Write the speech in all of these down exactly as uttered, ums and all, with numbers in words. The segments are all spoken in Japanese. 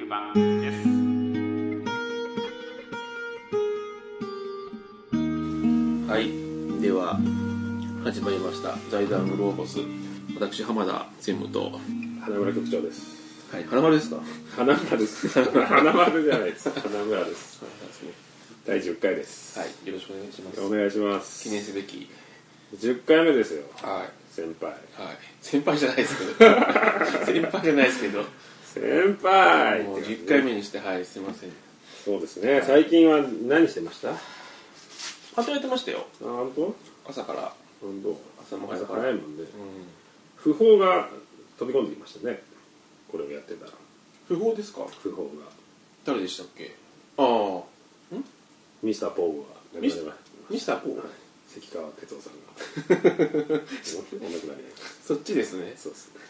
番組です。 はい、では始まりました財団グローボス。私浜田専務と花村局長です。 はい、花丸ですか？ 花村です。花丸じゃないです。花村です。だいじゅっかいです。 はい、よろしくお願いします。 お願いします。 記念すべきじゅっかいめですよ。 はい、 先輩。 はい、先輩じゃないですけど先輩じゃないですけど先輩もうじゅっかいめにして、はい、すいません。 そうですね、はい、最近は何してました？ 働いてましたよ。 あ、本当？ 朝から本当？ 朝も早から早いもんね、うん、訃報が飛び込んできましたね。これをやってたら。 訃報ですか？ 訃報が誰でしたっけ？ああ、ん？ ミスターポーグが亡くなりました。 ミスターポーグ、 関川哲夫さんがお亡くなりになりました。 そっちですね。 そうですね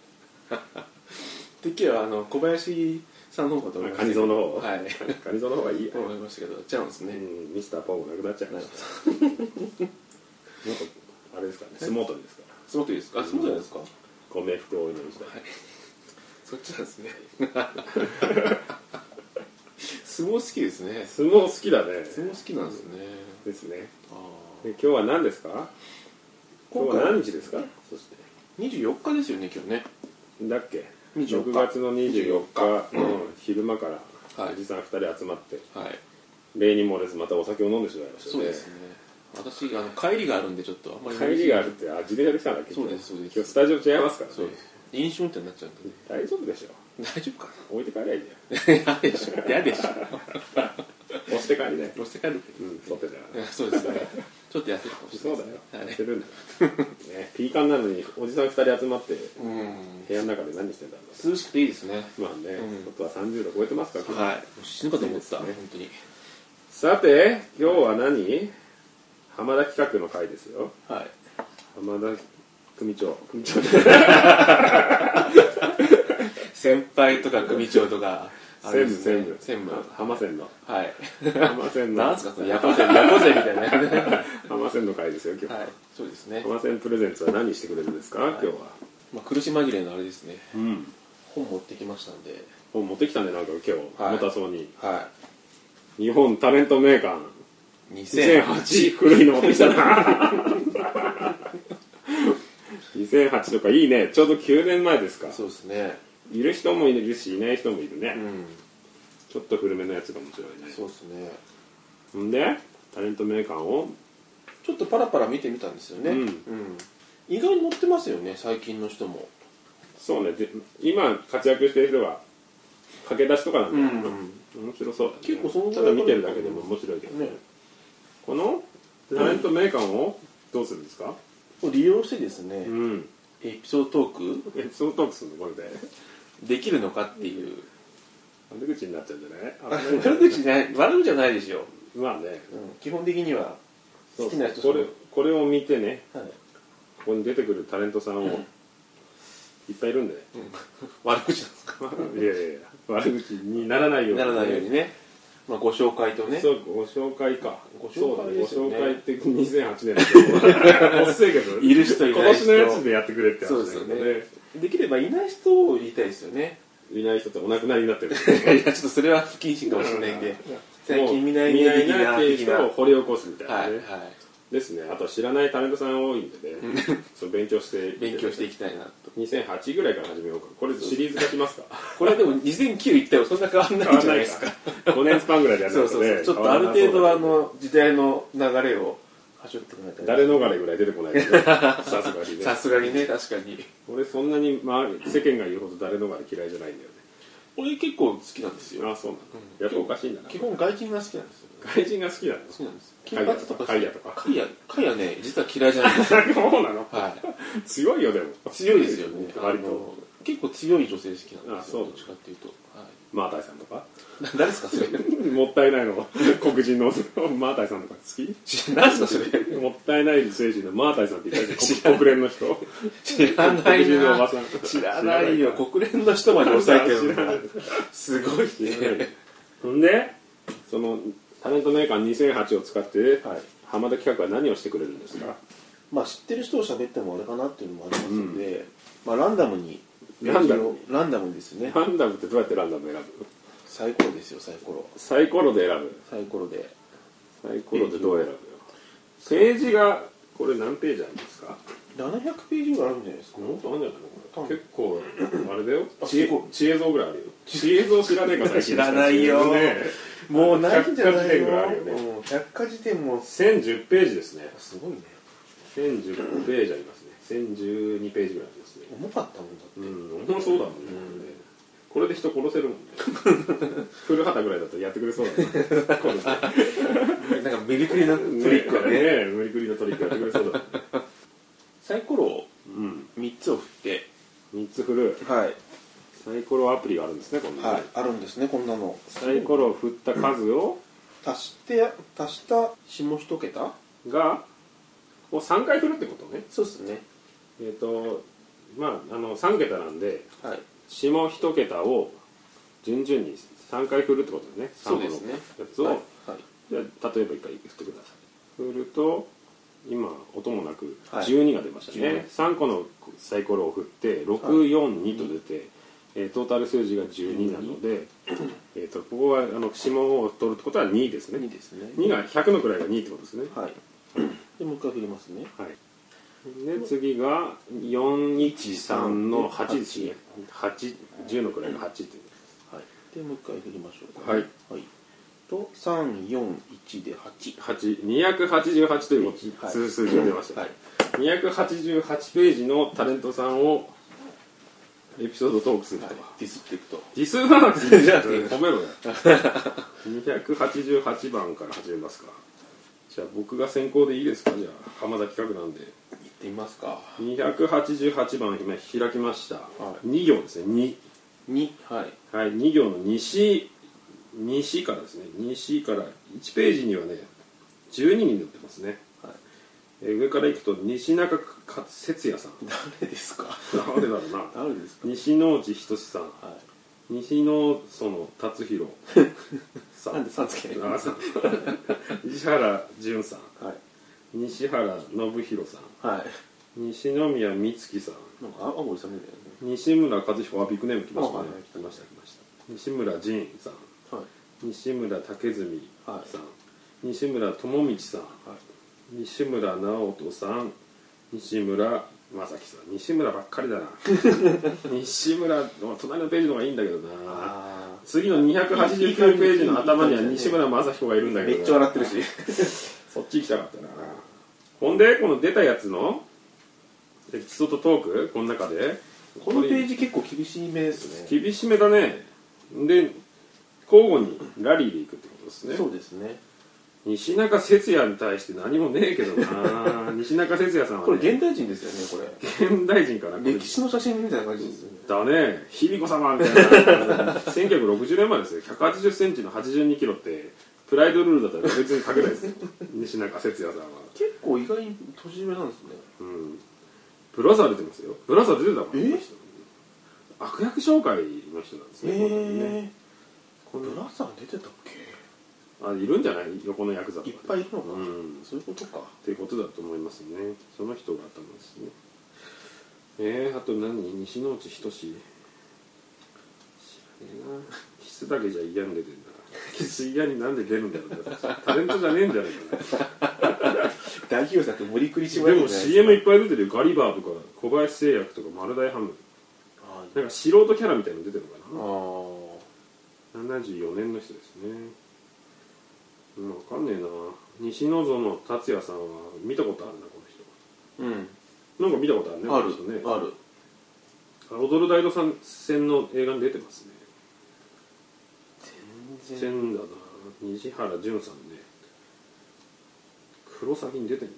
てっきりはあの小林さんの方かと思いました。 カニゾウの方、 はい、 カニゾウの方がいいや思いましたけど、違うんですね。 うん、ミスターポーグなくなっちゃいましたなんかあれですかね、相撲取りですから。 相撲取りですか？あ、相撲取りですか？ ご冥福をお祈りしたい、はい、 そっちなんですね相撲好きですね。 相撲好きだね。 相撲好きなんですね。 ですね。 あ、 で今日は何ですか？今日は何日ですか？そしてにじゅうよっかですよね、今日ね。 だっけ？ ろくがつのにじゅうよっかの昼間からおじさんふたり集まって、はい、例に漏れずまたお酒を飲んでしまいましたね。 そうですね。私あの帰りがあるんでちょっとあんまり帰りがあるって、あ、自転車で来たんだっけ？ そうですそうです。 今日スタジオ違いますからね。 そうです。飲酒運転になっちゃうんで、ね、 大丈夫でしょ。 大丈夫かな。 置いて帰りゃいいんだよ。 嫌でしょ。嫌でしょ。 押して帰りね。 押して帰る。 うん、そうってたら。 そうですね。ちょっと痩せるかもしれない。 そうだよ。 はい、 痩せるんだよ。ね、ピーカンなのにおじさんふたり集まって部屋の中で何してんだろう。 涼しくていいですね。 まあね、外はさんじゅうど超えてますから。 はい。死ぬかと思ったね、本当に。 さて今日は何？浜田企画の回ですよ。 はい。 浜田組長。組長。 先輩とか組長とか。 専務専務専務浜専の。 はい。 浜専の。 なんすかそのヤコ専ヤコ専みたいな。 浜専の回ですよ今日。 はい。そうですね。 浜専プレゼンツは何してくれるんですか、はい、今日は。 まあ苦し紛れのあれですね。 うん。 本持ってきましたんで。 本持ってきたねなんか今日。重たそうに。 はい。 日本タレント名鑑。 にせんはち。 古いの持ってきたな。にせんはちとかいいね。ちょうどきゅうねんまえですか。 そうですね。 いる人もいるしいない人もいるね、 うん、 ちょっと古めのやつが面白いね。 そうですね。 んでタレント名鑑をちょっとパラパラ見てみたんですよね、うんうん、意外に載ってますよね最近の人も。 そうね。で今活躍してる人が駆け出しとかなんだよ、うんうん、面白そうだね。 結構そのただ見てるだけでも面白いけどね、ね。このタレント名鑑をどうするんですか？ 利用してですね、うん、エピソードトークエピソードトークするのこれでできるのかっていう。 悪口になっちゃうんじゃない？ 悪口じゃない、悪口じゃないでしょ。 まあね、うん、 基本的には好きな人。 これこれを見てね、 はい、 ここに出てくるタレントさんを、うん、いっぱいいるんでね、 うん、悪口なんですか？ いやいやいや、悪口にならないように、ね、 ならないようにね。まあご紹介とね。 そう、ご紹介か。 ご紹介ですよね。 ご紹介ってにせんはちねんだけど、遅いけど。 いる人いない人。 今年のやつでやってくれって話だよね。 そうですよね。できればいない人を言いたいですよね。 いない人ってお亡くなりになってる。 いやちょっとそれは不謹慎かもしれないんで、最近見ない見ないなっていう人を掘り起こすみたいなね。はいはい。ですね。あと知らないタレントさん多いんでね、そう勉強して勉強していきたいなと。 にせんはちぐらいから始めようか。これシリーズ化しますか？ これでもにせんきゅういったよそんな変わんないんじゃないですか。 ごねんスパンぐらいでやるんですね。そうそうそう。ちょっとある程度あの時代の流れを端折ってくれた誰逃れぐらい出てこないですね。さすがにね。 さすがにね、確かに。 俺そんなに、まあ、世間が言うほど誰逃れ嫌いじゃないんだよね。 俺結構好きなんですよ。 ああ、そうなんだ。やっぱおかしいんだな。 基本外人が好きなんですよ。 外人が好きなの？ 好きなんです。金髪とかカイヤとか。 カイヤ、カイヤね、実は嫌いじゃないんですよ。 そうなの？ はい。 強いよでも。 強いですよね。 割と。 結構強い女性好きなんですよ。 あ、そう。 どっちかっていうと。はい。 マータイさんとか？ 誰ですかそれ？ もったいないの黒人のマータイさんとか好き？ 何ですかそれ？ もったいない政治のマータイさんって言ったら国連の人？ 知らないな。知らないよ。国連の人まで抑えてるんだ。すごいね。 んでそのタレントメーカーにせんはちを使って、はい、浜田企画は何をしてくれるんですか？ まあ知ってる人を喋ってもあれかなっていうのもありますので、うん、まあランダムにランダムランダムですね。 ランダムってどうやってランダム選ぶ？ サイコロですよ、サイコロ。 サイコロで選ぶ。 サイコロで。 サイコロでどう選ぶよ。ページがこれ何ページあるんですか？ ななひゃくページぐらいあるんじゃないですか。 もっとあるんじゃないの？結構あれだよ。知恵知恵像ぐらいあるよ。知恵像知らねえか知らないよ。もうないんじゃないの？ 百科事典ぐらいあるよね。 百科事典もせんじゅうページですね。 すごいね。 せんじゅうページありますね。せんじゅうにページぐらいありますね。 重かったもんだって。 うん、重そうだもんね。これで人殺せるもんね。古畑ぐらいだとやってくれそうだな。 なんかメリクリなトリックはね。 ねメリクリのトリックやってくれそうだ。 サイコロをみっつを振って、 みっつ振る。 はい。 サイコロアプリがあるんですね、こんなの。 はい、あるんですね、こんなの。 サイコロを振った数を足して足した下一桁がをさんかい振るってことね。 そうですね。 えっとまああのさん桁なんで、 はい、 下一桁を順々にさんかい振るってことですね。 そうですね。 やつを、はいはい、 じゃあ例えばいっかい振ってください。振ると今音もなくじゅうにが出ましたね、はい、さんこのサイコロを振ってろく、よん、にと出て、えー、トータル数字がじゅうになので、えー、とここはあの下を取るってことはにですね。 にですね。 にがひゃくの位がにってことですね。 はい。でもう一回振りますね。 はい。で次がよんいちさんのはちですね。はち、じゅうの位がはちっていう。 はい。でもう一回振りましょう。 はい。 はい。とさん、よん、いちではち。 はち、にひゃくはちじゅうはちという数数字が出ました。はい。にひゃくはちじゅうはちページのタレントさんをエピソードトークすると、はい、 ディスっていくと。 ディスらなくていいじゃん。褒めろよ。にひゃくはちじゅうはちばんから始めますか。じゃあ僕が先行でいいですか。じゃあ浜田企画なんで。 行ってみますか。 にひゃくはちじゅうはちばん今開きました。はい、に行ですね。に。 に。はい。 はい。に行の西西からですね。西からいちページにはねじゅうににん載ってますね。上から行くと西中哲也さん。 誰ですか。 誰だろうな。 誰ですか。 西之内仁さん。はい、西野園達弘さん。 なんでさんつけないの。 西原淳さん。はい、西原信弘さん。はい、西宮美月さん。 なんか青森さんみたいなね。 西村和彦はビッグネーム来ましたね。来ました来ました。西村仁さん。はい、西村竹住さん。はい、西村智道さん。はい、西村直人さん、西村正樹さん、西村ばっかりだな。西村の隣のページの方がいいんだけどな。次のにひゃくはちじゅうきゅうページの頭には西村正彦がいるんだけど、 めっちゃ笑ってるし。 そっち行きたかったな。ほんでこの出たやつのエピソードトークこの中でこのページ結構厳しめですね。 厳しめだね。で交互にラリーでいくってことですね。 そうですね。 西中哲也に対して何もねえけどな。西中哲也さんは、ね、 これ現代人ですよね。これ現代人かな。 歴史の写真みたいな感じですよね。 だね。卑弥呼様みたいな。せんきゅうひゃくろくじゅうねんまえですよ。ひゃくはちじゅっセンチのはちじゅうにキロってプライドルールだったら別に書けないですよ。西中哲也さんは結構意外に年上なんですね。 うん。ブラザー出てますよ。ブラザー出てたからね。悪役紹介の人なんですね。 えー、ブラザー出てたっけ。 あ、いるんじゃない横のヤクザとか、 いっぱいいるのか、 うん、 そういうことかっていうことだと思いますね。その人が頭ですね。えー、あと何西之内仁知らねえな。キスだけじゃ嫌に出てんだ。キス嫌になんで出るんだろう。タレントじゃねえんじゃねえかな。 代表作無理くり絞れるんじゃないですか。でも シーエム いっぱい出てるよ。ガリバーとか小林製薬とか丸大ハム。なんか素人キャラみたいなの出てるのかな。ななじゅうよねんの人ですね。わかんねえな。西野園達也さんは見たことあるな、この人。うん。なんか見たことあるね、 あるこの人ね。 ある。 踊る大道戦の映画に出てますね。 全然。 全だな。西原淳さんね。黒崎に出てんだろ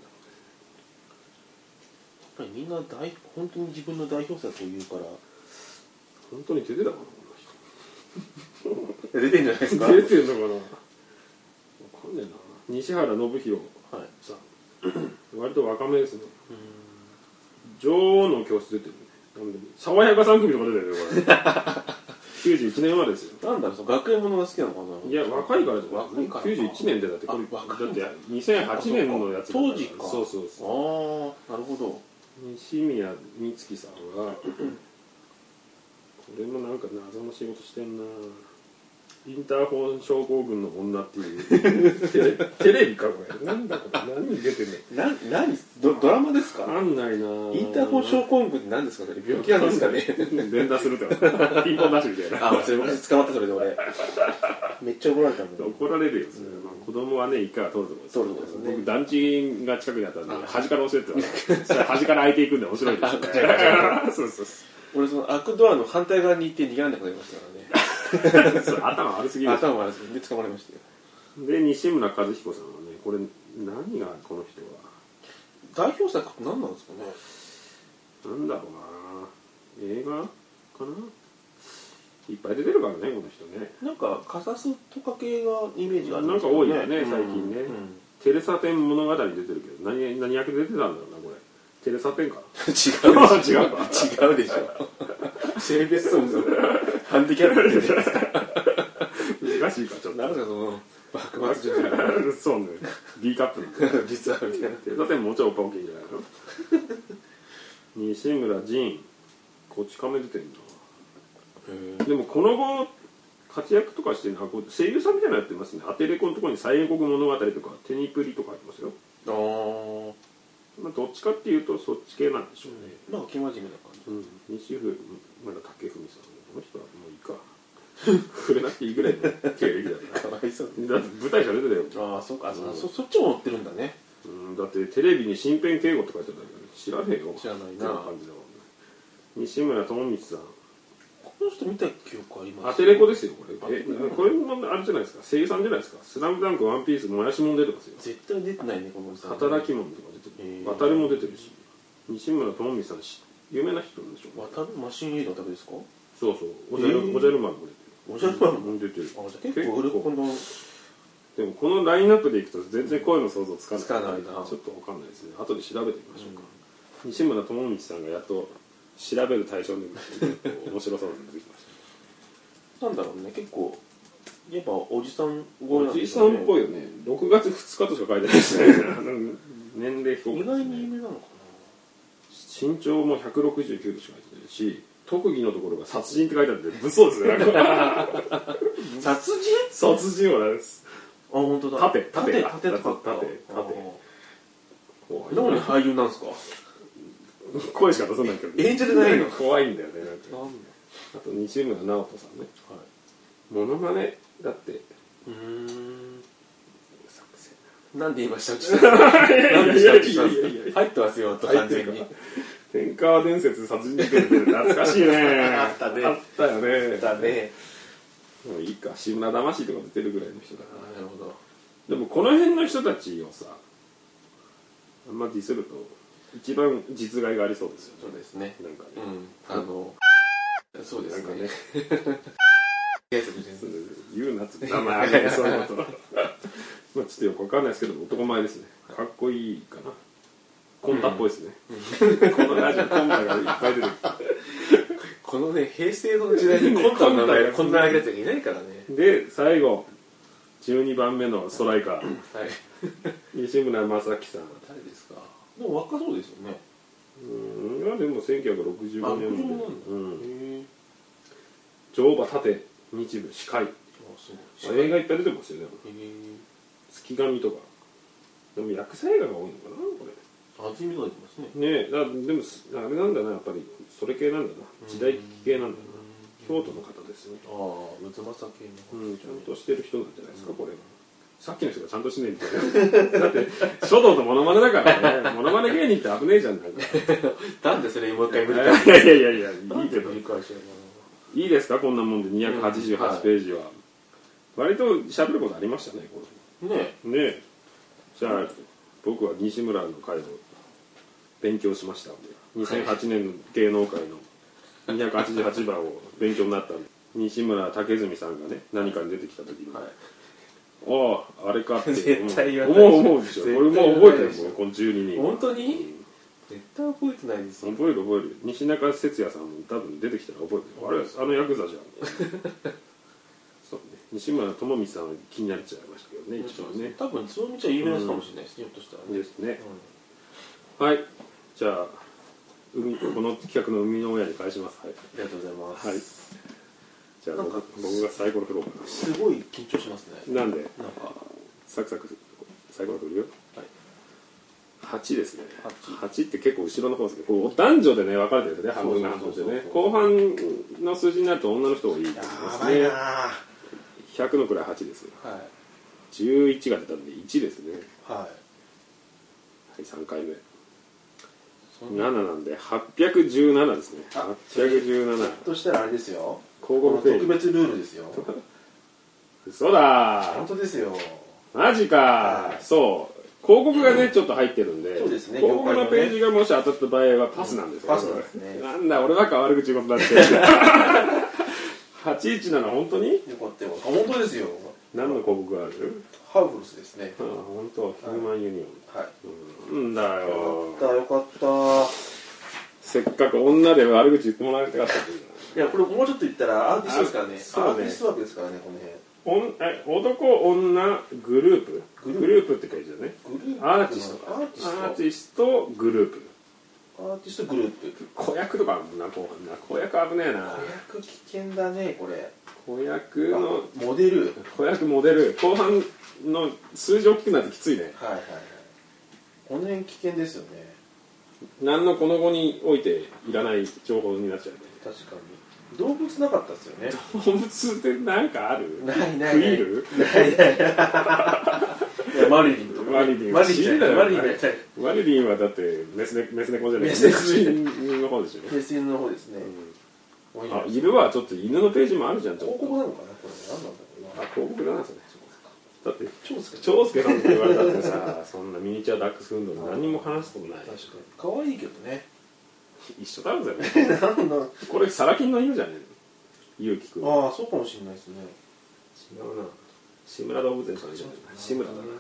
うね。やっぱりみんな大本当に自分の代表作を言うから。 本当に出てたかな、この人。出てんじゃないですか。 出てんのかな。わかんねえな。西原信弘さん、はい、割と若めですね。女王の教室出てるね。なんで爽やかさん組とか出てるよこれ。 きゅうじゅういちねん生まれですよ。 なんだろう、その学園ものが好きなのかな。 いや若いからじゃない。 若いからきゅうじゅういちねんでだってこれだってにせんはちねんのやつだから。 当時か。 そうそうそう。 ああ、なるほど。 西宮美月さんはこれもなんか謎の仕事してんな。インターホン症候群の女っていうテレテレビかこれ。なんだこれ、何に出てんの。 な何ドドラマですか。 なんないな。インターホン症候群って何ですかね。病気なんですかね。 連打するとかピンポンダッシュみたいな。 あ、それ昔捕まったそれで俺めっちゃ怒られたもん。 怒られるよそれ、うんまあ、子供はね一回は通るところです。 通るところですね。僕団地が近くにあったんで端から押せって言われてそれ端から開いていくんで面白いですね。そうそうそう。 俺その開くドアの反対側に行って逃げられなくなりましたからね。 頭悪すぎる。 頭悪すぎるで捕まりましたよ。 で西村和彦さんはね、これ何がこの人は代表作って何なんですかね。 なんだろうな、映画かな。いっぱい出てるからねこの人ね。 なんかカサスとか系がイメージがあるんなんか多いよね、うん、最近ね、うん、テレサテン物語出てるけど何何役で出てたんだろうなこれ。テレサテンか違うでしょ。 違うか違うでしょ。性別そもそもハンディキャップじゃないですか。 難しいかちょっと。 なんかその幕末女子がそうね。B カップの実はみたいな。 テレサテンもうちょいおっぱ大きいんじゃないの。西村仁こち亀出てんな。でもこの後活躍とかしてるのは声優さんみたいなのやってますね。アテレコのところに西英国物語とかテニプリとかありますよ。 ああ。 まあどっちかっていうとそっち系なんでしょうね。 なんか気真面目な感じ。 うん、西村武文さん、この人はもういいか。触れなくていいぐらいの経歴だった。 かわいそう。 だって舞台者出てたよ。 ああ、そうか、うん、そそっちも載ってるんだね。 うん、だってテレビに身辺警護って書いてあるんだけど知らねえよ。 知らないな。 感じだもんね。西村智光さん。 この人見た記憶あります。 アテレコですよこれ。え、これもあれじゃないですか。声優さんじゃないですか。スラムダンク、ワンピース、もやしもん出てますよ。 絶対出てないねこの人。働きもんとか出てる。渡るも出てるし。西村智光さん有名な人なんでしょう。 渡るマシンエイド渡るですか。 そうそう。おじゃるおじゃる丸も出てる。 おじゃる丸も出てる。 あ、じゃ結構売るこの。 でもこのラインナップでいくと全然声の想像つかない。 つかないな。 ちょっとわかんないですね。後で調べてみましょうか。うん、西村智光さんがやっと調べる対象に面白そうなのが出てきました。 なんだろうね、結構やっぱおじさん声なんですよね。おじさんっぽいよね。ろくがつふつかとしか書いてないですね。年齢非公開、ね。 意外に有名なのかな。 身長もひゃくろくじゅうきゅうとしか書いてないし、特技のところが殺人って書いてあるんで物騒ですね。 殺人？ 殺人はないです。 あ、本当だ。 盾盾盾盾とか盾盾。 怖い。なんで俳優なんですか？ 声しか出さないけど。 演者じゃないの？ 怖いんだよね。なんかあと西村直人さんね。はい。モノマネだって。 うーん。なんで言いました？なんでした？入ってますよと完全に。 天川伝説殺人事件って懐かしいね。 あったね。 あったよね。 あったね。 もういいか、志村魂とか出てるぐらいの人だから。 なるほど。 でもこの辺の人たちをさ、あんまディスると一番実害がありそうですよね。 そうですね。 なんかね。 うん。あの、そうですね。 言うなっつって名前あげてそういうこと。まあちょっとよくわかんないですけど男前ですね。かっこいいかな。コンタっぽいですね。このラジオコンタがいっぱい出てる。 このね平成の時代にコンタの名前こんなあげるやつがいないからね。 で最後じゅうにばんめのストライカー。 はい。 西村正樹さん。 誰ですか。でも若そうですよね。 うん。いやでもせんきゅうひゃくろくじゅうごねんで。 うん。 乗馬盾日舞司会。映画いっぱい出てますよね。月神とか。でも役者映画が多いのかなこれ。 味見が出てますね。 ねえ、だでもあれなんだなやっぱりそれ系なんだな。時代劇系なんだな。京都の方ですね。 ああ、うつまさ系の。 うん、ちゃんとしてる人なんじゃないですかこれ。さっきの人がちゃんとしねえみたいな。だって書道とモノマネだからね。モノマネ芸人って危ねえじゃんなんか。 なんでそれもう一回見るか。 いやいやいやいやいいけど。 いいいですかこんなもんでにひゃくはちじゅうはちページは。割と喋ることありましたねこれ。ねえ。ねえ。じゃあ僕は西村の会を勉強しました。にせんはちねんの芸能界のにひゃくはちじゅうはちばんを勉強になったんで。西村武純さんがね何かに出てきた時に、はい、あああれかって絶対言わない思う思うでしょ。俺もう覚えてるもんこのじゅうににん。 本当に、 絶対覚えてないですよ。 覚える覚える。西中哲也さんも多分出てきたら覚えてる。あれあのヤクザじゃん。そうね。西村智美さんは気になっちゃいましたけどね、一番ね。 多分その道は有名な人かもしれないですね、ひょっとしたらね。 ですね。はい。じゃあ海この企画の生みの親に返します。はい。 ありがとうございます。 はい。じゃあ僕僕がサイコロ振ろうかな。 すごい緊張しますね。 なんで？ なんかサクサクサイコロ振るよ。 はい。 はちですね。 はち。 はちって結構後ろの方ですけど、こう男女でね分かれてるんですね。半分が半分でね。後半の数字になると女の人多いですね。 やばいな。 ひゃくの位はちです。 はい。 じゅういちが出たんでいちですね。 はい。 はい、さんかいめ。なななんではっぴゃくじゅうななですね。はっぴゃくじゅうなな。 としたらあれですよ。 広告ページ。 特別ルールですよ。 嘘だー。 本当ですよ。 マジか、はい、そう広告がねちょっと入ってるんで、 そうですね、 広告のページがもし当たった場合はパスなんですよ、 パスなんですね。 なんだ俺ばっか悪口言うことになってはちいちなな本当に？ よかったよ。本当ですよ。 何の広告がある？ ハウフルスですね。 ああ本当、ヒューマンユニオン。 はい。 うんだよ。 よかったよかった。 せっかく女で悪口言ってもらいたかったんだ。 いやこれもうちょっと言ったらアーティストですからね。 そうね。 アーティスト枠ですからねこの辺。 おんえ男女グループグループって書いてあるね。 グループアーティストか。アーティストグループ。 アーティストグループ。 子役とかあるもんな後半な。子役危ねえな。 子役危険だねこれ。 子役のモデル。 子役モデル後半の数字大きくなってきついね。 はいはいはい。この辺危険ですよね。 何のこの後においていらない情報になっちゃうね。 確かに。動物なかったですよね。 動物って何かある？ ないないクイール？ ないない。いやマリリンとか。 マリリンマリリンだよ。マリリンだよ。 マリリンはだってメスネメス猫じゃない。 メス猫の方でしょ。 メス犬の方ですね。 あ犬はちょっと犬のページもあるじゃん。 広告なのかなこれ何なんだろうな。 あ広告だなそれ。だって長介長介さんって言われたってさそんなミニチュアダックスフンドで何も話すことない。 確かに可愛いけどね。 一緒だろぜ。 なんだこれサラ金の犬じゃねえの？ゆうきくん。 ああそうかもしれないですね。 違うな。志村動物園さんじゃない。志村だな。へ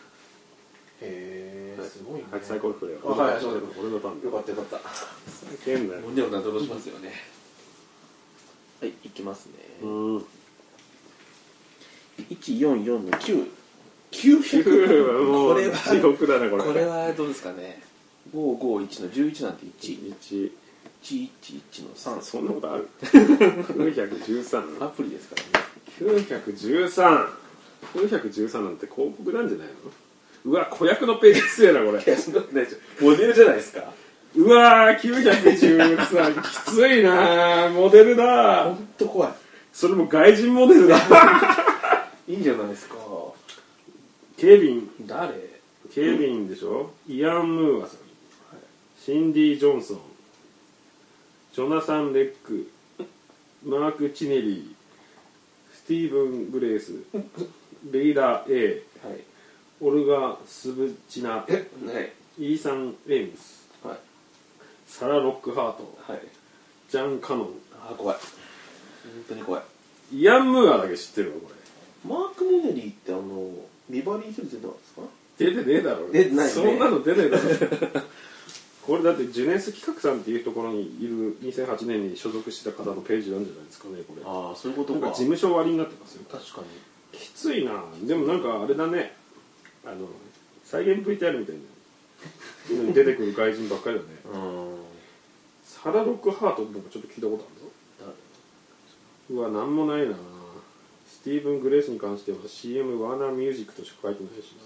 えすごいね。 はいサイコロ振れよ。 はいそう俺のターン。 よかったよかった。 変だよ。 でもなどうしますよね。はいいきますね。 うん。 いちよんよんのきゅう。きゅうひゃく。 これは地獄だなこれ。 これはどうですかね。ごごいちのじゅういちなんていち。 いち。 いちいちいちのさん。 そんなことある？きゅうひゃくじゅうさん。 アプリですからね。 きゅうひゃくじゅうさん。きゅうひゃくじゅうさんなんて広告なんじゃないの？うわ子役のページ強えなこれ。 モデルじゃないですか。 うわーきゅうひゃくじゅうさんきついなモデルだ。 ほんと怖い。 それも外人モデルだ。 いいんじゃないですか。 ケビン誰？ ケビンでしょ。イアン・ムーアさん、シンディ・ジョンソン、ジョナサン・レック、マーク・チネリー、スティーブン・グレース、レイラ・エー、はい、オルガ・スブチナ、 え、はい、 イーサン・エイムス、はい、サラ・ロックハート、はい、ジャン・カノン。 あ、怖い。本当に怖い。 イアン・ムーアだけ知ってるわこれ。 マーク・モネリーってあのビバリーヒルズ出てますか？ 出てねえだろ。 出てないね。 そんなの出ねえだろ。これだってジュネス企画さんっていうところにいるにせんはちねんに所属した方のページなんじゃないですかねこれ。 ああそういうことか。 なんか事務所割りになってますよ。 確かに。 きついな。でもなんかあれだね。あの再現 ブイティーアール みたいな出てくる外人ばっかりだね。うん。サラ・ロックハートってのがちょっと聞いたことあるぞ。うわなんもないな。スティーブン・グレースに関しては シーエム ワーナーミュージックとしか書いてないし、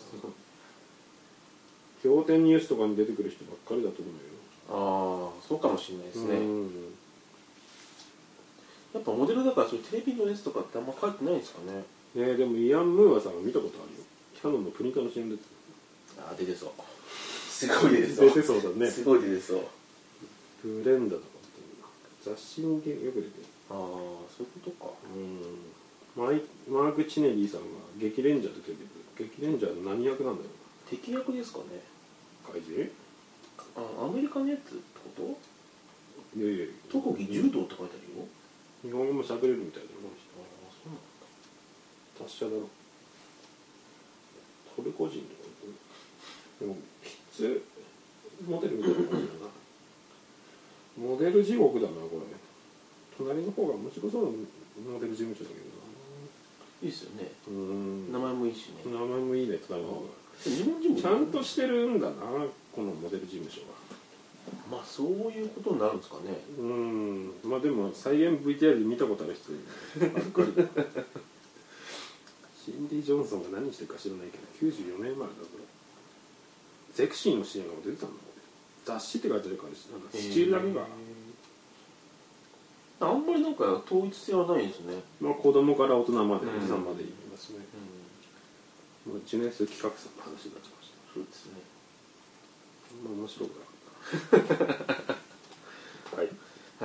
仰天ニュースとかに出てくる人ばっかりだと思うよ。ああそうかもしれないですね。やっぱモデルだからそういうテレビのやつとかってあんま書いてないんですかね。 ねえでもイアン・ムーアさんは見たことあるよ。キャノンのプリンターの シーエム 出てた。ああ出てそう。すごい出てそう。 出てそうだね。 すごい出てそう。 ブレンダとかって雑誌によく出てる。 ああそういうことか。 うんマイマーク・チネリーさんが激レンジャーで出てくる。激レンジャーの何役なんだろう。 敵役ですかね。 外人？ あアメリカのやつってこと？ いやいや特技柔道って書いてあるよ。 日本語も喋れるみたいだな。 ああそうなんだ。 達者だろ。トルコ人とかでもキッズモデルみたいな感じだね。 モデル地獄だなこれ。隣の方が面白そうなモデル事務所だけどな。 いいっすよね。 うん、 名前もいいしね。 名前もいいね、隣の方が。 日本人もちゃんとしてるんだな、このモデル事務所は。 まあそういうことになるんですかね。 うん、まあでも再現 ブイティーアール で見たことある人ばっかりシンディ・ジョンソンが何してるか知らないけどきゅうじゅうよねんまえだこれ。ゼクシーの シーエム が出てたんだ。雑誌って書いてあるからなんかスチールだけが、 あんまりなんか統一性はないですね。 まあ子供から大人までおじさんまでいますね。うん、もうじゅうねん生企画さんの話になっちゃいました。 そうですね。 あんま面白くなかったはい。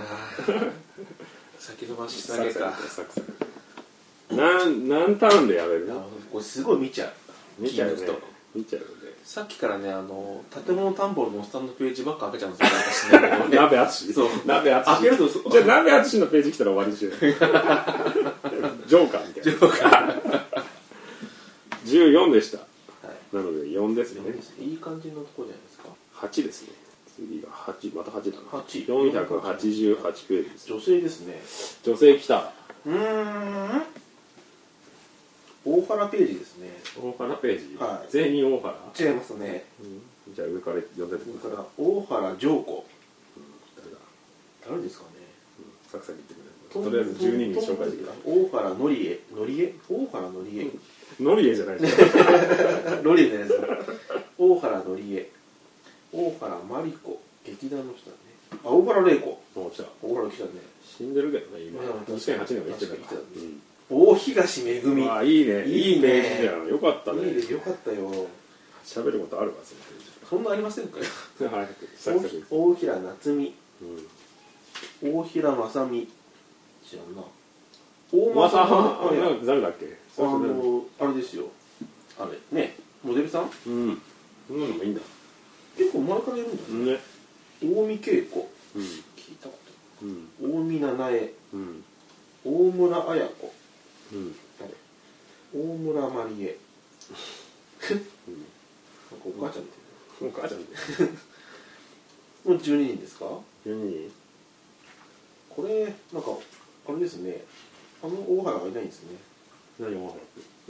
先延ばし下げか。 何何ターンでやれる？ これすごい見ちゃう。 見ちゃうね。見ちゃうね。 さっきからね、あの建物探訪のスタンドページばっか開けちゃうんですよ。私ね。 鍋淳。 そう。 鍋淳。 開けるとじゃあ鍋淳のページ来たら終わりですよ。ジョーカーみたいな。 ジョーカー。 じゅうよんでした。 はい。 なのでよんですね。 いい感じのところじゃないですか。 はちですね。次がはち、またはちだな。 はち。 よんひゃくはちじゅうはちページです。 女性ですね。 女性来た。 うーん。大原ページですね。 大原ページ。 はい。 全員大原。 違いますね。 うん、じゃあ上から読んでてください。 大原浄子。誰だ。誰ですかね。 サクサク言ってくれる。とりあえずじゅうににん紹介してください。 大原のりえ。のりえ。大原のりえ。 のりえじゃないですか。 のりえじゃないです。大原のりえ。大原マリコ。劇団の人だね。あ、大原玲子。 もう来た。 大原来たね。 死んでるけどね、今。にせんはちねんは生きてたから。 大東めぐみ。 ああ、いいね。いいね。よかったね。 いいね。よかったよ。 喋ることあるわ、そのページ。 そんなありませんかよ。 はい。 大平夏美。大平正美。知らんな。大正美。誰だっけ？ あの、あれですよ。あれ、ね。モデルさん？ うん。そんなのもいいんだ。 結構前からいるんだね。大見恵子。聞いたこと。大見七重。大村彩子。誰？大村まりえ。なんかお母ちゃんみたいな。 お母ちゃんみたいな。もうじゅうににんですか？ じゅうににん。 これなんかあれですね。あの大原がいないんですね。 何大原って？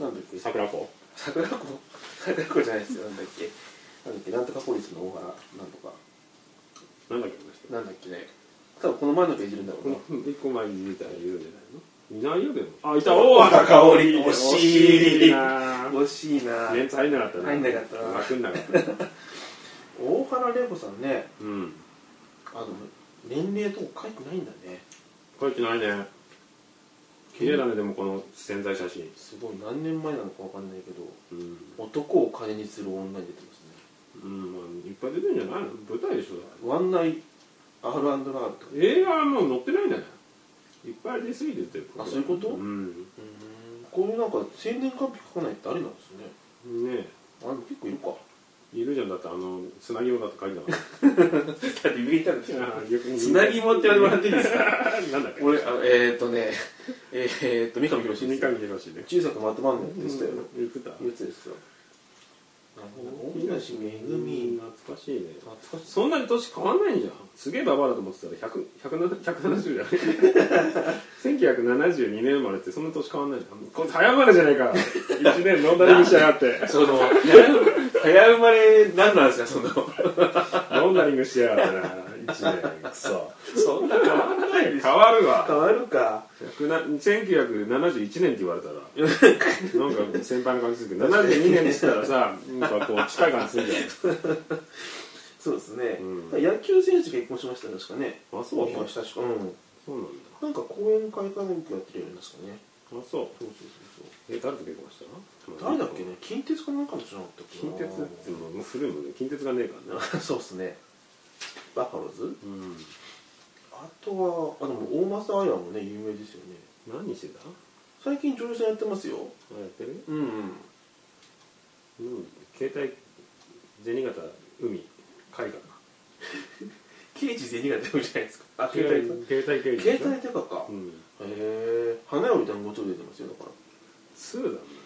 なんだっけ？桜子？ 桜子？桜子じゃないですよ。なんだっけ？なんだっけ？なんとかポリスの大原なんとか。 なんだっけ？ なんだっけね。多分この前のページいるんだろうな。 一個前に出たらいるんじゃないの？いないよでも。あ、いた。大原香織。 惜しいな。惜しいな。 メンツ入んなかったな。 入んなかったな。 まくんなかった。 大原玲子さんね。 うん。 あの年齢とか書いてないんだね。 書いてないね。綺麗だねでもこの宣材写真。 すごい何年前なのかわかんないけど、 うん、 男を金にする女に出てますね。 うん、まあいっぱい出てるんじゃないの？舞台でしょ。 ワンナイ アールアンドアール とか。 映画はもう載ってないんだね。いっぱい出過ぎてて。 あ、そういうこと？ うん。うん、 こういうなんか青年カンペ書かないってあれなんですね。 ねえ。 あの結構いるか。 いるじゃん。だってあのつなぎもだって書いてなかった。 だって上いたんですよ。つなぎもって言われてもらっていいですか？なんだっけ？俺あえー、っとねえー、っと三上博史。 三上博史ね。 小さくまとまんないって言ってたよ。 言ってた。 言ってたですよ。大東めぐみ。 懐かしいね。 懐かしい。 そんなに年変わんないんじゃん。すげえババアだと思ってたらひゃく、ひゃくななじゅうじゃないせんきゅうひゃくななじゅうにねん生まれってそんな年変わんないじゃん。これ早生まれじゃないか。いちねん飲んだりにしやがって。 その早生まれなんなんですかそのノンダリングしやがってな。いちねんくそ。 そんな変わんないでしょ。 変わるわ。 変わるか。 せんきゅうひゃくななじゅういちねんって言われたらなんか先輩の感じするけどななじゅうにねんって言ったらさなんかこう近い感じするじゃん。 そうですね、うん、野球選手結婚しましたね確かね。 あ、そうか。 確か、うん、そうなんだ。なんか講演会かなんかやってるよね確かね。 あ、そう。そうそうそうそう。え、誰と結婚したの？ 誰だっけね。近鉄かなんかの人なかったっけ。 近鉄ってもう古いもんね。近鉄がねえからね。 そうですね。バファローズ？うん。あとはあでも大政絢もね有名ですよね。 何してた？ 最近女優さんやってますよ。 あ、やってる？ うんうん。 うん。携帯銭形海海かな。 刑事銭形海じゃないですか。あ、 携帯携帯刑事。 携帯デカか。うん。へえ。花より団子町出てますよだから。 ツーだもん。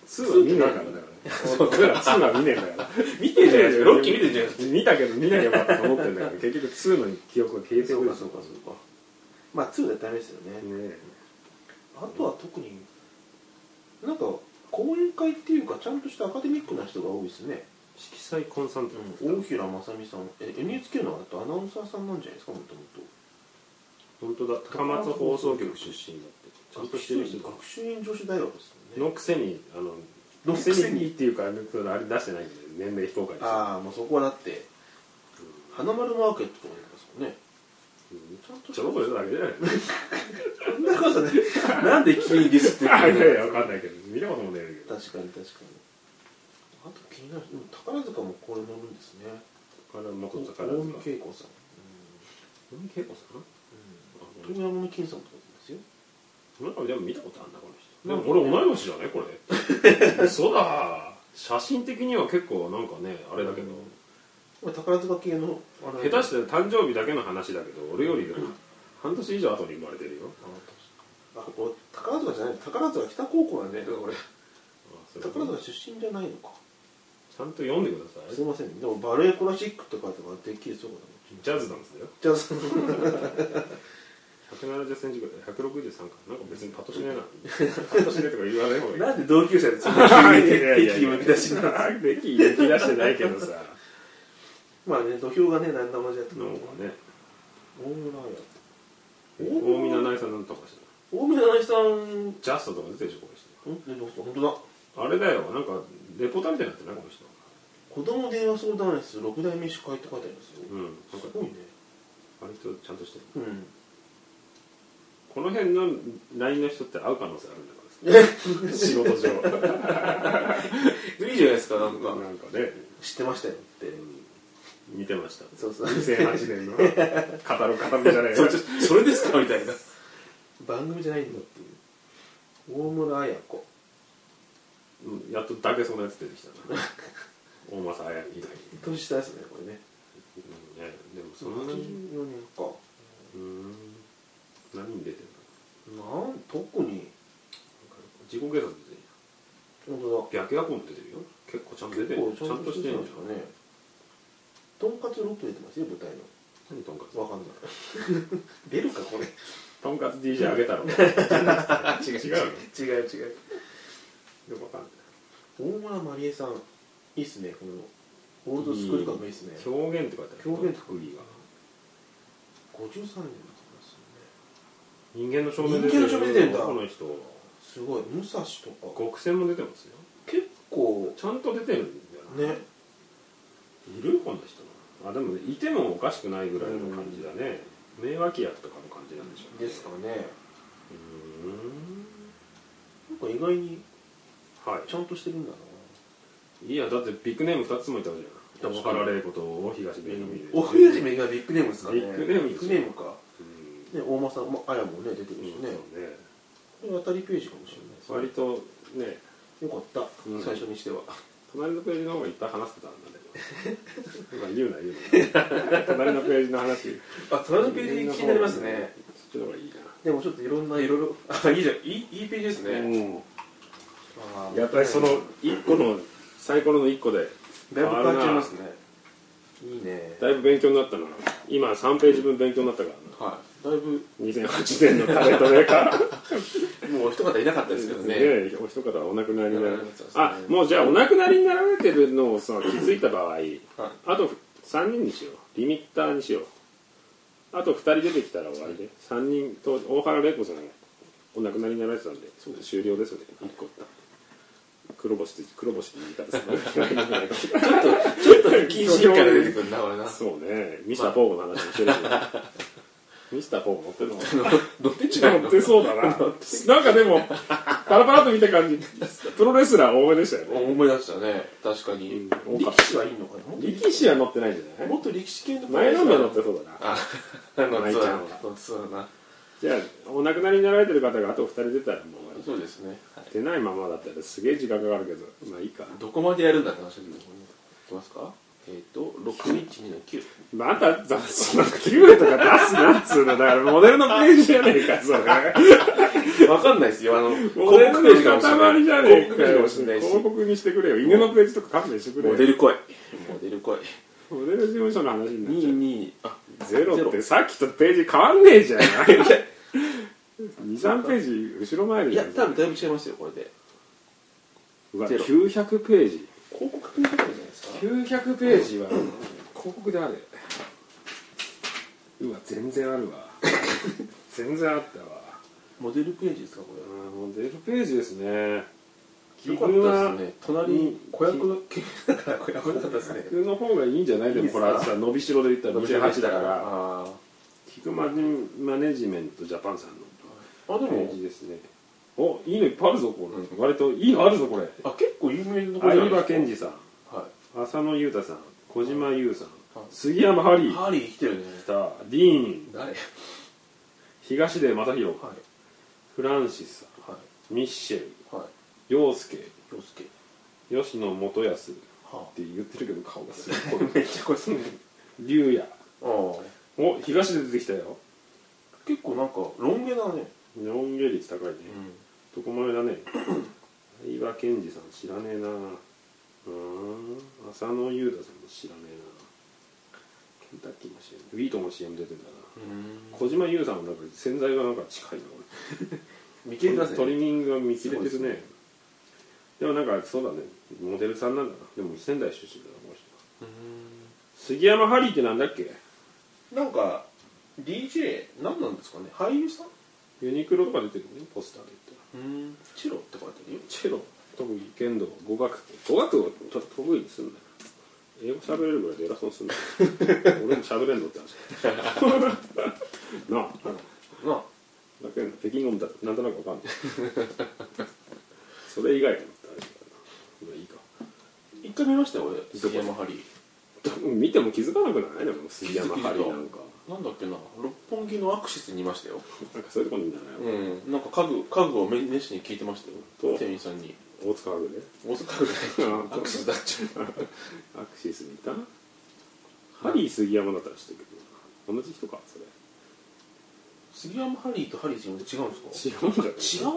ツーは見ねえからだからね俺らツーは見ねえんだから見てるじゃないですか。ロッキー見てるじゃないですか。 見たけど見なきゃよかったと思ってんだけど結局ツーの記憶が消えてる。 そうかそうかそうか。まあツーでダメですよね。 ねあとは特になんか講演会っていうかちゃんとしたアカデミックな人が多いですね。 色彩コンサルタント、 うん、大平正美さん、え エヌエイチケー のあとアナウンサーさんなんじゃないですか、もともと。 本当だ、高松放送局出身だって。ちゃんとしてる人。 学習院女子大学ですよね。 のくせに、あの、 のくせにっていうか、あれ出してないんで、年齢非公開です。 ああ、もうそこはだって、うん、花丸マーケットとかやりますもんね。 うん、ちゃんとちょろっと出ただけじゃないそんなことね、なんで急にディスって言ってるのか。いやいや、わかんないけど、見たこともねえけど。 確かに確かに。あと気になる、宝塚もこれ乗るんですね。 宝元宝塚。 大見恵子さん。 大見恵子さん？ 遠山の金さんとかですよ。 なんかでも見たことあるなこの人。でも俺同い年じゃないこれ。そうだ。写真的には結構なんかねあれだけど。 宝塚系の下手して誕生日だけの話だけど俺より半年以上後に生まれてるよ。 あ、これ宝塚じゃない。宝塚北高校なんでこれ。宝塚出身じゃないのか。 ちゃんと読んでください。 すいません。でもバレエクラシックとかとかできるそうかな。 ジャズなんですよ。 ジャズ。 ひゃくななじゅっセンチぐらい、ひゃくろくじゅうさんか。なんか別にパッとしねえな。パッとしねえとか言わない方がいい。 なんで同級生でそんな敵むき出しなの？敵むき出してないけどさ。 まあね、土俵がね、何で同じやったのがね。 大村屋。大見七重さんなんとかしてる。大見七重さん。 ジャストとか出てるでしょ、この人。ん？本当だ。 あれだよ、なんかレポーターみたいになってないこの人。 子供電話相談室六代目司会って書いてありますよ。 うん。 すごいね。 割とちゃんとしてる。うん。 この辺の ライン の人って会う可能性あるんだから仕事上いいじゃないですか。なんかなんかね知ってましたよって、 うん、見てました。 そうそうにせんはちねんの語る語るじゃないそ, それですかみたいな番組じゃないんだっていう大村彩子、 うん、やっとだけそのやつ出てきたな大政彩以外年下ですねこれね、 うん、ねでもそんなにはちじゅうよねんか。 うん何に出てるの？なん特に自己警察出てる。 本当だ。 白夜行も出てるよ。結構ちゃんと出てる。ちゃんとしてるんですかね。 とんかつロット出てますよ舞台の。 何とんかつ？ わかんない出るかこれ。 とんかつ ディージェー あげたろ。 違う違う違う違う。 よくわかんない。 大村まりえさんいいっすね。このオールドスクール感がいいっすね。 表現って書いてある。 表現特技がごじゅうさんねん人間の証明出てる。人間の証明出てるんだ。 この人すごい。武蔵とか極戦も出てますよ。 結構ちゃんと出てるんだよね。いるこんな人。あでも、ね、いてもおかしくないぐらいの感じだね。うん、名脇役とかの感じなんでしょうね。 ですかね。 うん。 なんか意外にはいちゃんとしてるんだな。 いやだってビッグネームふたつもいたじゃん。大原玲子と大東めぐみで。 大東めぐみがビッグネームですかね。 ビッグネームビッグネームか。ね、大間さん、あやもね出てるしね。これ当たりページかもしれないですね。 割とね、 よかった、うん、最初にしては。 隣のページの方がいっぱい話してたんだけど。言うな言うな。隣のページの話。 あ、隣のページ気になりますね。 そっちの方がいいな。 でもちょっといろんないろいろ、あ、いいじゃん、いいいいページですね。 うん。やっぱりそのいっこのサイコロのいっこでだいぶ変わっちゃいますね。いいね。 だいぶ勉強になったな。今さんページ分勉強になったからな。 はい。だいぶにせんはちねんのタレントメーカーもうお一方いなかったですけどね。 ねお一方はお亡くなりになられて、あ、もうじゃあお亡くなりになられてるのをさ気づいた場合、はい、あとさんにんにしよう。リミッターにしよう。あとふたり出てきたら終わりで、はい、さんにんと大原玲子さんがお亡くなりになられてたんで、そう終了ですよね。いっこ黒星って黒星って言い方ですね。ちょっとちょっと謹慎から出てくるな俺な。 そうね。ミスターポーゴの話もしてるけど。ミスターポーゴ乗ってるの乗って違うの乗ってそうだな。なんかでもパラパラと見た感じプロレスラー多めでしたよね。 多めでしたね。確かに。力士はいいのかな。 力士は乗ってないんじゃない？ もっと力士系の前のめ乗ってそうだな。 あ、舞ちゃんは。そうだな。 じゃあお亡くなりになられてる方があとふたり出たらもうそうですね。 出ないままだったらすげえ時間かかるけど、まあいいか。 どこまでやるんだって話だけど、いきますか？ えっとろくいちにのきゅう。 また雑誌のきゅうとか出すなっつうの。だからモデルのページじゃねえかそれ。 わかんないですよ。あのモデルの塊じゃねえかよ。 広広告にしてくれよ。犬のページとか勘弁してくれよ。 モデル来い。モデル来い。 モデル事務所の話になっちゃう。 ににあゼロってさっきとページ変わんねえじゃん。に、さんページ後ろ前で。 いや多分だいぶ違いますよこれで。 うわきゅうひゃくページ。 広告組み立てるじゃないですか。 きゅうひゃくページは広告である。うわ全然あるわ。全然あったわ。 モデルページですかこれ。 モデルページですね。 よかったですね。隣に子役系だから子役だったですね。 菊の方がいいんじゃない？でもほらさ伸びしろで言ったらにじゅうはちだから。菊マネジメントジャパンさんのページですね。おいいのいっぱいあるぞこれ。割といいのあるぞこれ。 あ結構有名なところじゃないですか。 相葉健二さん、浅野裕太さん、小島優さん、杉山ハリー、 ハリー来てるね。 来たディーン、 誰？ 東出昌大、フランシスさん、ミッシェル、陽介、 陽介、 吉野元康って言ってるけど顔がすごい。 めっちゃ濃いですね。 龍也。お東出出てきたよ。 結構なんかロン毛だね。 ロン毛率高いね。男前だね。相葉健二さん知らねえな。うん。浅野裕太さんも知らねえな。ケンタッキーの シーエム、ウィートの シーエム 出てたな。小島優さんもなんか洗剤がなんか近いなこれ。 見切れてますね。 トリミングが見切れてるね。でもなんかそうだね。モデルさんなんだな。でも仙台出身だなこの人。杉山ハリーってなんだっけ？ なんか ディージェー 何なんですかね。俳優さん？ ユニクロとか出てるねポスターで言ったら。 うん。チェロって書いてあるよ。 チェロ特技剣道語学語学をちょっと得意にするんだよ。英語喋れるぐらいで偉そうにするんだよ。俺も喋れんのって話。なあ。なあ。だけど北京語もなんとなくわかんない。それ以外だったらあれだな。いいか。 一回見ましたよ俺杉山ハリー。 見ても気づかなくない？でも杉山ハリーなんか。 なんだっけな、六本木のアクシスにいましたよ。 なんかそういうとこにいんだね。 うん。なんか家具家具を熱心に聞いてましたよ。店員さんに。 大塚家具で。 大塚家具で。アクシスだっちゃう。 アクシスにいた？ハリー杉山だったら知ってるけど、同じ人かそれ。 杉山ハリーとハリー杉山って違うんですか？ 違うんじゃない？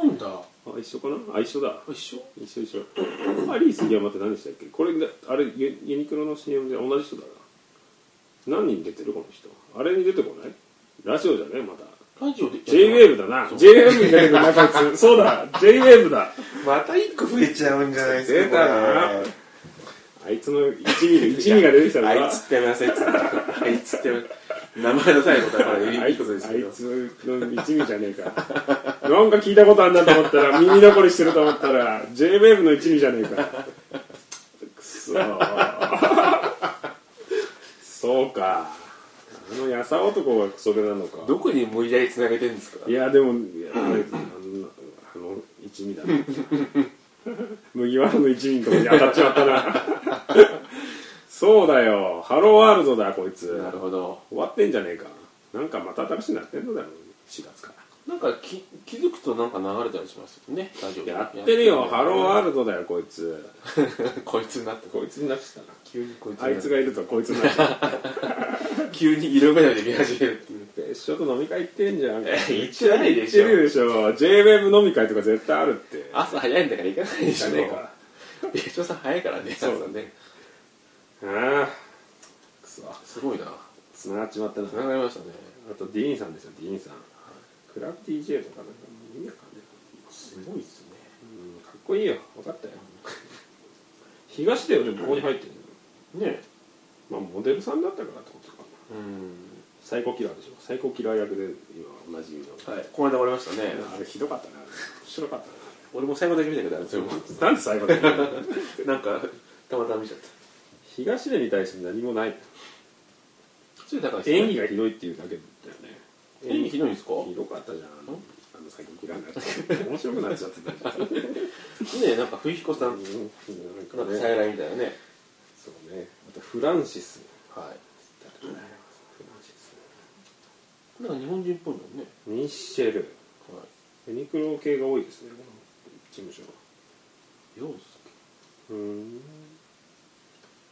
違うんだ。 あ、一緒かな？あ、一緒だ。 一緒？ 一緒一緒。ハリー杉山って何でしたっけ？これあれユニクロの シーエム で同じ人だな。何人出てるこの人？あれに出てこない？ラジオじゃねまた。 ラジオでジェイウェーブだな。ジェイウェーブに出てくるなこいつ。そうだ。ジェイウェーブだ。 また一個増えちゃうんじゃないですか。 出たな。あいつの一味一味が出てきたのか。 あいつってやめなさいっつって。あいつって名前の最後だからいいことですけど。 あいつの一味じゃねえか。なんか聞いたことあるなと思ったら耳残りしてると思ったら ジェイウェーブの一味じゃねえか。くそー。そうか。あのやさ男がクソゲなのか。 どこに無理やり繋げてるんですか？ いやでもいやあの一味だね。麦わらの一味のとこに当たっちまったな。そうだよ。ハローワールドだこいつ。 なるほど。 終わってんじゃねえか。なんかまた新しいのやってんのだろう。しがつから。 なんかき気づくとなんか流れたりしますよね。ラジオやってるよ。ハローワールドだよこいつ。 こいつになってこいつになってたな。 急にこいつあいつがいるとこいつになっちゃう。 急に色眼鏡で見始めるっていう。 別所と飲み会行ってんじゃん。 行ってないでしょ。 行ってるでしょ。ジェイウェーブ飲み会とか絶対あるって。 朝早いんだから行かないでしょ。 ねえか。 別所さん早いからね。 そうだね。ああ。くそ。 すごいな。 繋がっちまったな。 繋がりましたね。 あとディーンさんですよディーンさん。クラブ ディージェー とかなんか意味わかんない。 すごいっすね。 うんかっこいいよ。分かったよ。東出よでもここに入ってるの。ねえ。 まあモデルさんだったからってことかな。うん。サイコキラーでしょ。サイコキラー役で今おなじみの。 はい。この間終わりましたね。 あれひどかったな。面白かったな。 俺も最後だけ見たけど、それも。 なんで最後だけなんかたまたま見ちゃった。 東出に対して何もない。 それだから演技がひどいっていうだけだよね。 演技ひどいんですか？ ひどかったじゃん。あのサイコキラーになっちゃって面白くなっちゃってたじゃん。ねえなんか冬彦さんなんか再来みたいなね。 そうね。あとフランシス。 はい。 フランシス。 なんか日本人っぽいもんね。 ミッシェル。はい。ユニクロ系が多いですね。この事務所。 陽介。 うん。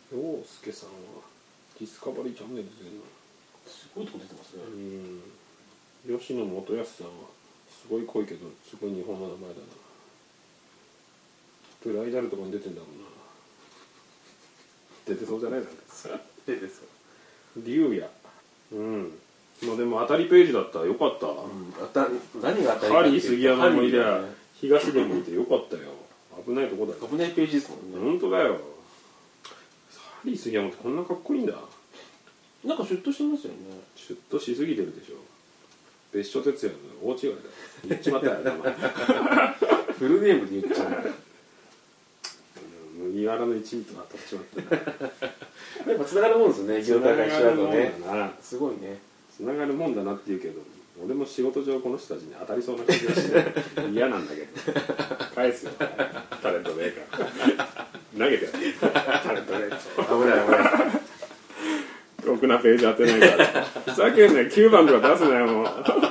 陽介さんはディスカバリーチャンネル出てるな。 すごいとこ出てますね。 うん。吉野元康さんはすごい濃いけどすごい日本の名前だな。ブライダルとかに出てんだろうな。出てそうじゃないなんか。 出てそう。 龍也。うん。まあでも当たりページだったらよかった。うん、 当た何が当たりハリー杉山もいりゃ、東でもいてよかったよ。危ないとこだよ。 危ないページですもんね。 本当だよ。ハリー杉山ってこんなかっこいいんだ。 なんかシュッとしてますよね。 シュッとしすぎてるでしょ。別所哲也の大違いだよ。言っちまったよ名前。 フルネームで言っちゃう。 麦わらの一味と当たっちまったな。 やっぱ繋がるもんですね。業界が一緒だとね。すごいね。 繋がるもんだなって言うけど、俺も仕事上この人たちに当たりそうな気がして嫌なんだけど。返すよ。タレントでええから投げてやる。タレントで。 危ない危ない。 ろくなページ当てないから。ふざけんなよ、きゅうばんとか出すなよもう。